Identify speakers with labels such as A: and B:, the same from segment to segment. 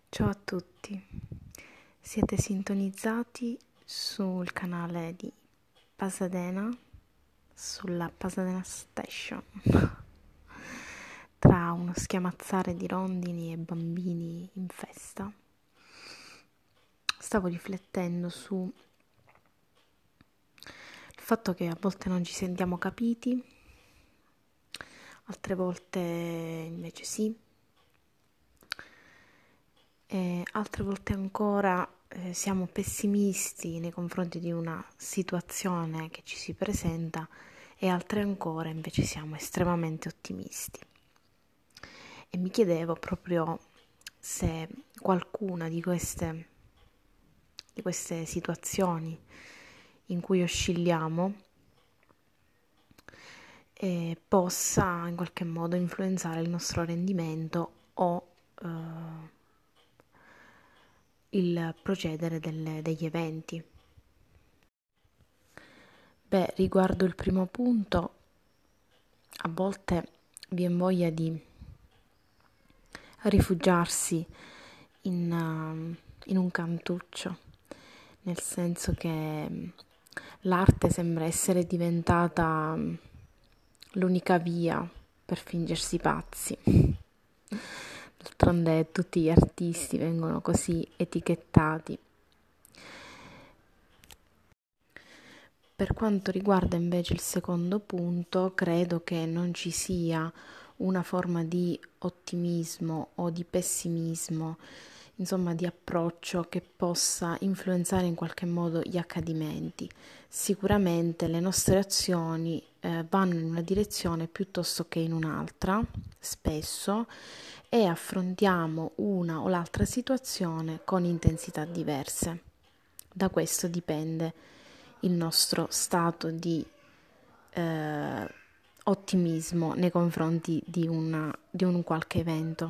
A: Ciao a tutti, siete sintonizzati sul canale di Pasadena, sulla Pasadena Station, tra uno schiamazzare di rondini e bambini in festa. Stavo riflettendo sul fatto che a volte non ci sentiamo capiti, altre volte invece sì. E altre volte ancora siamo pessimisti nei confronti di una situazione che ci si presenta e altre ancora invece siamo estremamente ottimisti. E mi chiedevo proprio se qualcuna di queste situazioni in cui oscilliamo possa in qualche modo influenzare il nostro rendimento o il procedere degli eventi. Riguardo il primo punto, a volte viene voglia di rifugiarsi in un cantuccio, nel senso che l'arte sembra essere diventata l'unica via per fingersi pazzi. D'altronde tutti gli artisti vengono così etichettati. Per quanto riguarda invece il secondo punto, credo che non ci sia una forma di ottimismo o di pessimismo, insomma di approccio che possa influenzare in qualche modo gli accadimenti. Sicuramente le nostre azioni vanno in una direzione piuttosto che in un'altra, spesso, e affrontiamo una o l'altra situazione con intensità diverse. Da questo dipende il nostro stato di ottimismo nei confronti di un qualche evento.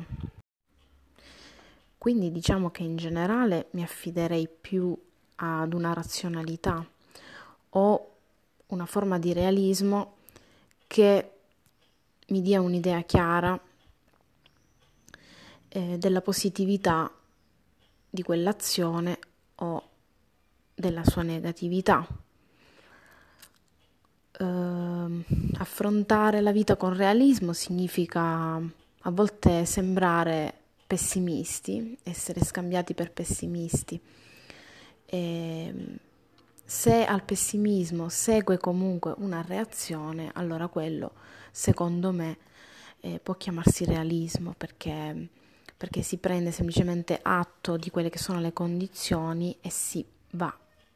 A: Quindi diciamo che in generale mi affiderei più ad una razionalità o una forma di realismo che mi dia un'idea chiara della positività di quell'azione o della sua negatività. Affrontare la vita con realismo significa a volte sembrare pessimisti, essere scambiati per pessimisti. Se al pessimismo segue comunque una reazione, allora quello, secondo me, può chiamarsi realismo perché si prende semplicemente atto di quelle che sono le condizioni e si va.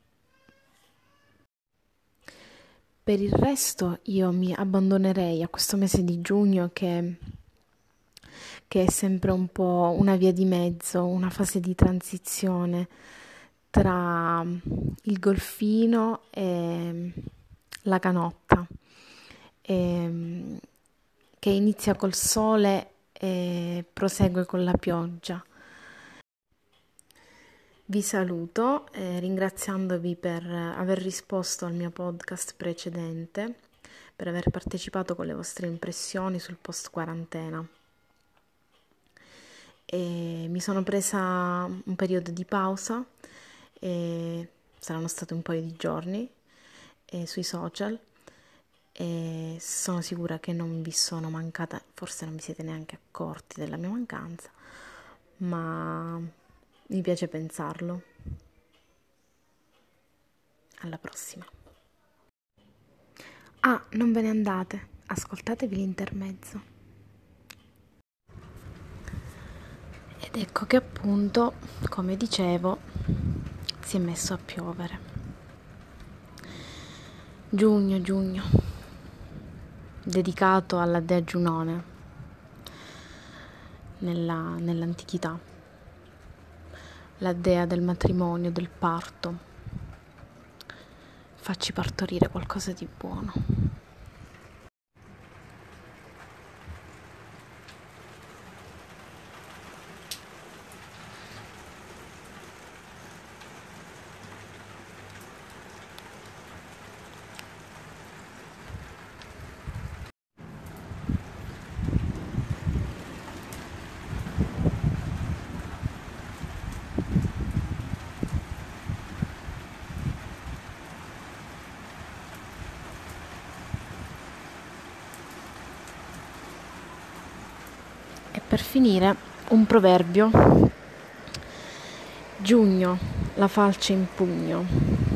A: Per il resto io mi abbandonerei a questo mese di giugno che è sempre un po' una via di mezzo, una fase di transizione tra il golfino e la canotta, che inizia col sole e prosegue con la pioggia. Vi saluto ringraziandovi per aver risposto al mio podcast precedente, per aver partecipato con le vostre impressioni sul post quarantena. Mi sono presa un periodo di pausa, saranno stati un paio di giorni sui social e sono sicura che non vi sono mancata, forse non vi siete neanche accorti della mia mancanza, ma mi piace pensarlo. Alla prossima. Ah, non ve ne andate, ascoltatevi l'intermezzo. Ed ecco che appunto, come dicevo, si è messo a piovere. Giugno, dedicato alla dea Giunone nell'antichità, la dea del matrimonio, del parto. Facci partorire qualcosa di buono. per finire un proverbio: giugno, la falce in pugno.